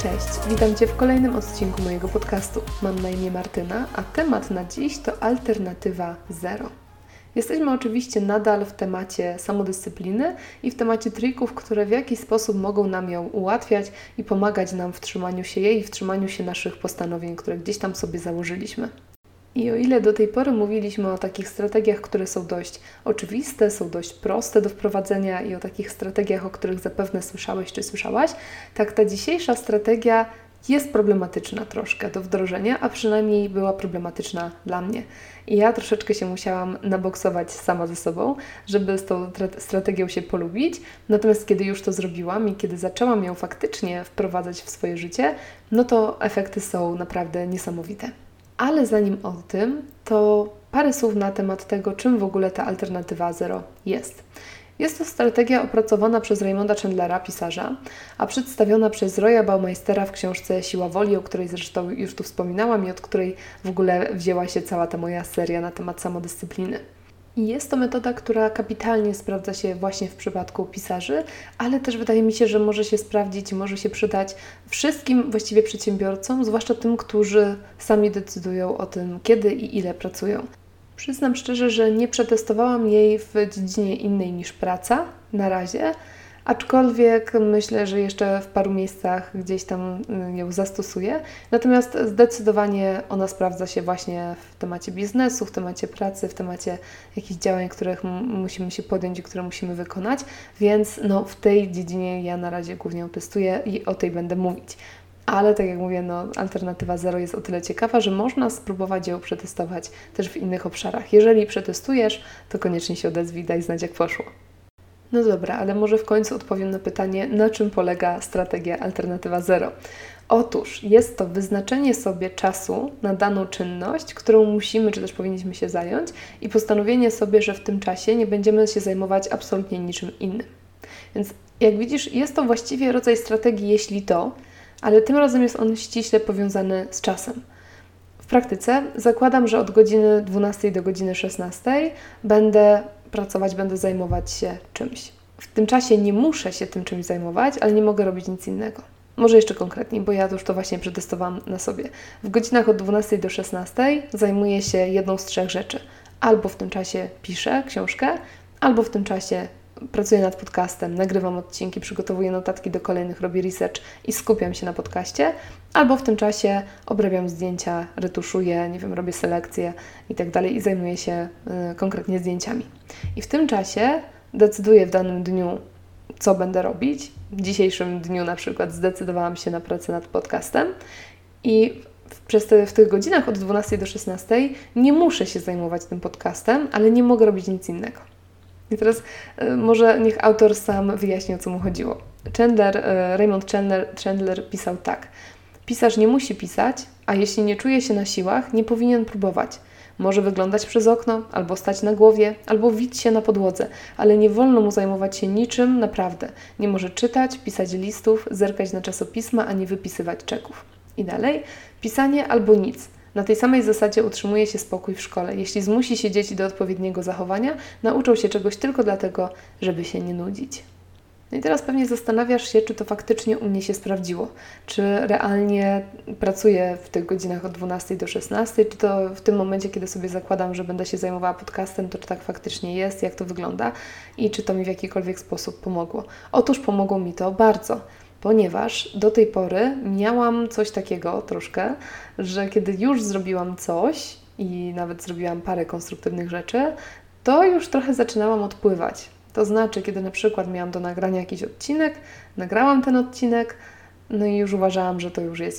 Cześć, witam Cię w kolejnym odcinku mojego podcastu. Mam na imię Martyna, a temat na dziś to alternatywa zero. Jesteśmy oczywiście nadal w temacie samodyscypliny i w temacie trików, które w jakiś sposób mogą nam ją ułatwiać i pomagać nam w trzymaniu się jej i w trzymaniu się naszych postanowień, które gdzieś tam sobie założyliśmy. I o ile do tej pory mówiliśmy o takich strategiach, które są dość oczywiste, są dość proste do wprowadzenia i o takich strategiach, o których zapewne słyszałeś czy słyszałaś, tak ta dzisiejsza strategia jest problematyczna troszkę do wdrożenia, a przynajmniej była problematyczna dla mnie. I ja troszeczkę się musiałam naboksować sama ze sobą, żeby z tą strategią się polubić. Natomiast kiedy już to zrobiłam i kiedy zaczęłam ją faktycznie wprowadzać w swoje życie, no to efekty są naprawdę niesamowite. Ale zanim o tym, to parę słów na temat tego, czym w ogóle ta alternatywa zero jest. Jest to strategia opracowana przez Raymonda Chandlera, pisarza, a przedstawiona przez Roya Baumeistera w książce Siła Woli, o której zresztą już tu wspominałam i od której w ogóle wzięła się cała ta moja seria na temat samodyscypliny. I jest to metoda, która kapitalnie sprawdza się właśnie w przypadku pisarzy, ale też wydaje mi się, że może się sprawdzić, może się przydać wszystkim właściwie przedsiębiorcom, zwłaszcza tym, którzy sami decydują o tym, kiedy i ile pracują. Przyznam szczerze, że nie przetestowałam jej w dziedzinie innej niż praca na razie, aczkolwiek myślę, że jeszcze w paru miejscach gdzieś tam ją zastosuję. Natomiast zdecydowanie ona sprawdza się właśnie w temacie biznesu, w temacie pracy, w temacie jakichś działań, których musimy się podjąć i które musimy wykonać, więc w tej dziedzinie ja na razie głównie ją testuję i o tej będę mówić. Ale tak jak mówię, alternatywa zero jest o tyle ciekawa, że można spróbować ją przetestować też w innych obszarach. Jeżeli przetestujesz, to koniecznie się odezwij, daj znać jak poszło. No dobra, ale może w końcu odpowiem na pytanie, na czym polega strategia alternatywa zero. Otóż jest to wyznaczenie sobie czasu na daną czynność, którą musimy czy też powinniśmy się zająć i postanowienie sobie, że w tym czasie nie będziemy się zajmować absolutnie niczym innym. Więc jak widzisz, jest to właściwie rodzaj strategii jeśli to, ale tym razem jest on ściśle powiązany z czasem. W praktyce zakładam, że od godziny 12 do godziny 16 będę pracować, będę zajmować się czymś. W tym czasie nie muszę się tym czymś zajmować, ale nie mogę robić nic innego. Może jeszcze konkretniej, bo ja już to właśnie przetestowałam na sobie. W godzinach od 12 do 16 zajmuję się jedną z trzech rzeczy. Albo w tym czasie piszę książkę, albo w tym czasie pracuję nad podcastem, nagrywam odcinki, przygotowuję notatki do kolejnych, robię research i skupiam się na podcaście, albo w tym czasie obrabiam zdjęcia, retuszuję, robię selekcję i tak dalej i zajmuję się konkretnie zdjęciami. I w tym czasie decyduję w danym dniu, co będę robić. W dzisiejszym dniu na przykład zdecydowałam się na pracę nad podcastem i w tych godzinach od 12 do 16 nie muszę się zajmować tym podcastem, ale nie mogę robić nic innego. I teraz może niech autor sam wyjaśni, o co mu chodziło. Raymond Chandler pisał tak. Pisarz nie musi pisać, a jeśli nie czuje się na siłach, nie powinien próbować. Może wyglądać przez okno, albo stać na głowie, albo wić się na podłodze, ale nie wolno mu zajmować się niczym naprawdę. Nie może czytać, pisać listów, zerkać na czasopisma, ani wypisywać czeków. I dalej, pisanie albo nic. Na tej samej zasadzie utrzymuje się spokój w szkole. Jeśli zmusi się dzieci do odpowiedniego zachowania, nauczą się czegoś tylko dlatego, żeby się nie nudzić. No i teraz pewnie zastanawiasz się, czy to faktycznie u mnie się sprawdziło. Czy realnie pracuję w tych godzinach od 12 do 16, czy to w tym momencie, kiedy sobie zakładam, że będę się zajmowała podcastem, to czy tak faktycznie jest, jak to wygląda i czy to mi w jakikolwiek sposób pomogło. Otóż pomogło mi to bardzo. Ponieważ do tej pory miałam coś takiego troszkę, że kiedy już zrobiłam coś i nawet zrobiłam parę konstruktywnych rzeczy, to już trochę zaczynałam odpływać. To znaczy, kiedy na przykład miałam do nagrania jakiś odcinek, nagrałam ten odcinek, no i już uważałam, że to już jest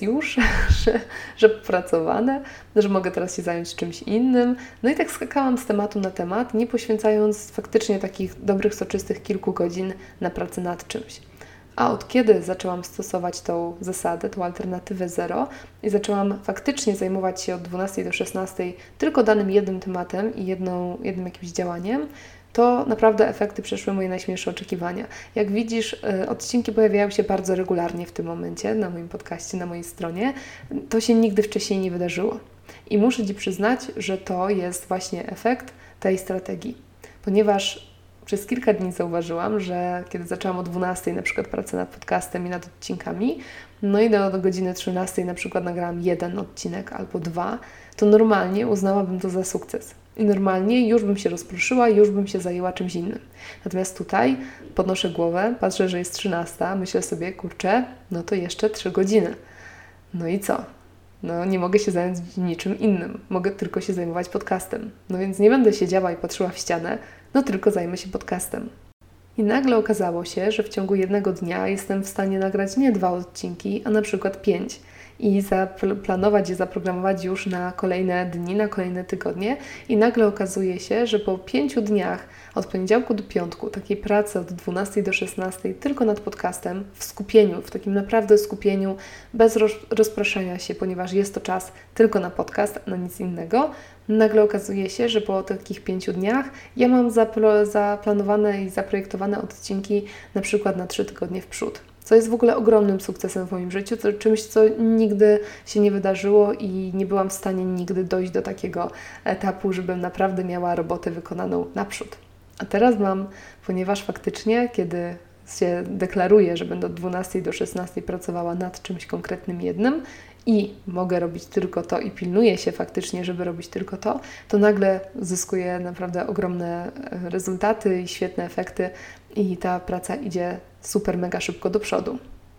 że popracowane, że mogę teraz się zająć czymś innym. No i tak skakałam z tematu na temat, nie poświęcając faktycznie takich dobrych, soczystych kilku godzin na pracę nad czymś. A od kiedy zaczęłam stosować tą zasadę, tą alternatywę zero i zaczęłam faktycznie zajmować się od 12 do 16 tylko danym jednym tematem i jednym jakimś działaniem, to naprawdę efekty przeszły moje najśmielsze oczekiwania. Jak widzisz, odcinki pojawiają się bardzo regularnie w tym momencie na moim podcaście, na mojej stronie. To się nigdy wcześniej nie wydarzyło. I muszę Ci przyznać, że to jest właśnie efekt tej strategii. Ponieważ przez kilka dni zauważyłam, że kiedy zaczęłam o 12 na przykład pracę nad podcastem i nad odcinkami, no i do godziny 13 na przykład nagrałam 1 odcinek albo 2, to normalnie uznałabym to za sukces. I normalnie już bym się rozproszyła, już bym się zajęła czymś innym. Natomiast tutaj podnoszę głowę, patrzę, że jest 13, myślę sobie, kurczę, no to jeszcze 3 godziny. No i co? No nie mogę się zająć niczym innym. Mogę tylko się zajmować podcastem. No więc nie będę siedziała i patrzyła w ścianę, no tylko zajmę się podcastem. I nagle okazało się, że w ciągu jednego dnia jestem w stanie nagrać nie 2 odcinki, a na przykład 5. I zaplanować je, zaprogramować już na kolejne dni, na kolejne tygodnie. I nagle okazuje się, że po 5 dniach, od poniedziałku do piątku, takiej pracy od 12 do 16 tylko nad podcastem, w skupieniu, w takim naprawdę skupieniu, bez rozpraszania się, ponieważ jest to czas tylko na podcast, na nic innego, nagle okazuje się, że po takich 5 dniach ja mam zaplanowane i zaprojektowane odcinki na przykład na 3 tygodnie w przód. Co jest w ogóle ogromnym sukcesem w moim życiu, to czymś, co nigdy się nie wydarzyło i nie byłam w stanie nigdy dojść do takiego etapu, żebym naprawdę miała robotę wykonaną naprzód. A teraz mam, ponieważ faktycznie, kiedy się deklaruję, że będę od 12 do 16 pracowała nad czymś konkretnym jednym i mogę robić tylko to i pilnuję się faktycznie, żeby robić tylko to, to nagle zyskuję naprawdę ogromne rezultaty i świetne efekty i ta praca idzie super, mega szybko do przodu.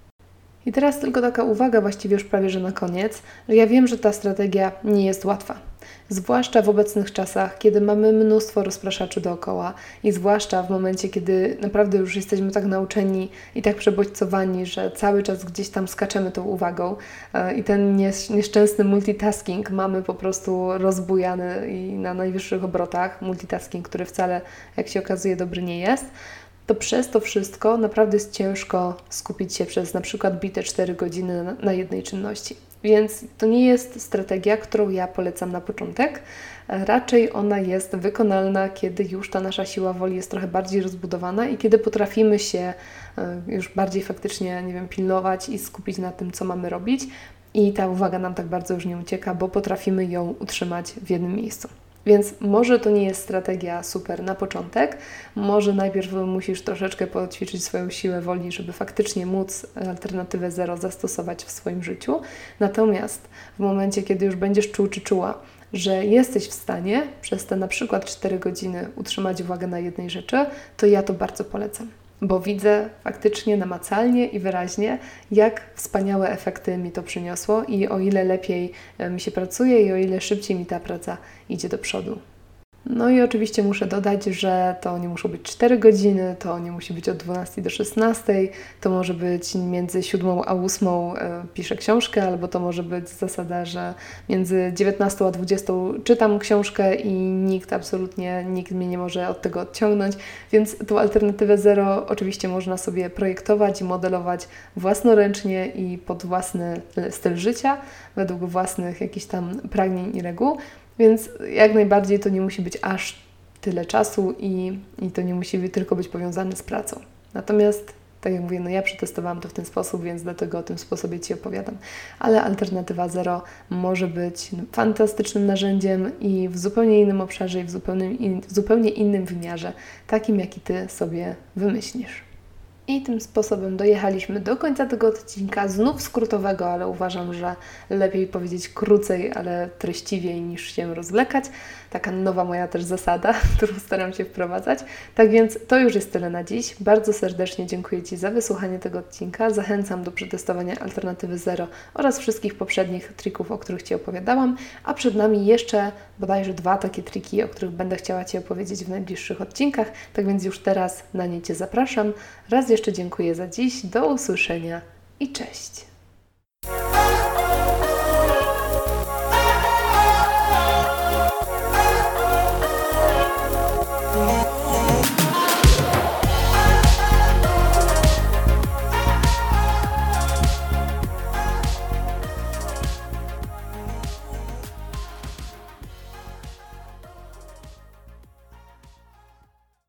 I teraz tylko taka uwaga, właściwie już prawie, że na koniec, że ja wiem, że ta strategia nie jest łatwa. Zwłaszcza w obecnych czasach, kiedy mamy mnóstwo rozpraszaczy dookoła i zwłaszcza w momencie, kiedy naprawdę już jesteśmy tak nauczeni i tak przebodźcowani, że cały czas gdzieś tam skaczemy tą uwagą i ten nieszczęsny multitasking mamy po prostu rozbujany i na najwyższych obrotach, multitasking, który wcale, jak się okazuje, dobry nie jest, to przez to wszystko naprawdę jest ciężko skupić się przez na przykład bite 4 godziny na jednej czynności. Więc to nie jest strategia, którą ja polecam na początek. Raczej ona jest wykonalna, kiedy już ta nasza siła woli jest trochę bardziej rozbudowana i kiedy potrafimy się już bardziej faktycznie, nie wiem, pilnować i skupić na tym, co mamy robić. I ta uwaga nam tak bardzo już nie ucieka, bo potrafimy ją utrzymać w jednym miejscu. Więc może to nie jest strategia super na początek, może najpierw musisz troszeczkę poćwiczyć swoją siłę woli, żeby faktycznie móc alternatywę 0 zastosować w swoim życiu. Natomiast w momencie, kiedy już będziesz czuł czy czuła, że jesteś w stanie przez te na przykład 4 godziny utrzymać uwagę na jednej rzeczy, to ja to bardzo polecam. Bo widzę faktycznie namacalnie i wyraźnie, jak wspaniałe efekty mi to przyniosło i o ile lepiej mi się pracuje i o ile szybciej mi ta praca idzie do przodu. No i oczywiście muszę dodać, że to nie muszą być 4 godziny, to nie musi być od 12 do 16, to może być między 7 a 8 piszę książkę, albo to może być zasada, że między 19 a 20 czytam książkę i absolutnie nikt mnie nie może od tego odciągnąć, więc tą alternatywę 0 oczywiście można sobie projektować i modelować własnoręcznie i pod własny styl życia, według własnych jakichś tam pragnień i reguł. Więc jak najbardziej to nie musi być aż tyle czasu i to nie musi tylko być powiązane z pracą. Natomiast, tak jak mówię, ja przetestowałam to w ten sposób, więc dlatego o tym sposobie Ci opowiadam. Ale alternatywa 0 może być fantastycznym narzędziem i w zupełnie innym obszarze i w zupełnie innym wymiarze, takim jaki Ty sobie wymyślisz. I tym sposobem dojechaliśmy do końca tego odcinka, znów skrótowego, ale uważam, że lepiej powiedzieć krócej, ale treściwiej niż się rozwlekać. Taka nowa moja też zasada, którą staram się wprowadzać. Tak więc to już jest tyle na dziś. Bardzo serdecznie dziękuję Ci za wysłuchanie tego odcinka. Zachęcam do przetestowania alternatywy 0 oraz wszystkich poprzednich trików, o których Ci opowiadałam. A przed nami jeszcze bodajże 2 takie triki, o których będę chciała Ci opowiedzieć w najbliższych odcinkach. Tak więc już teraz na nie Cię zapraszam. Raz jeszcze dziękuję za dziś. Do usłyszenia i cześć!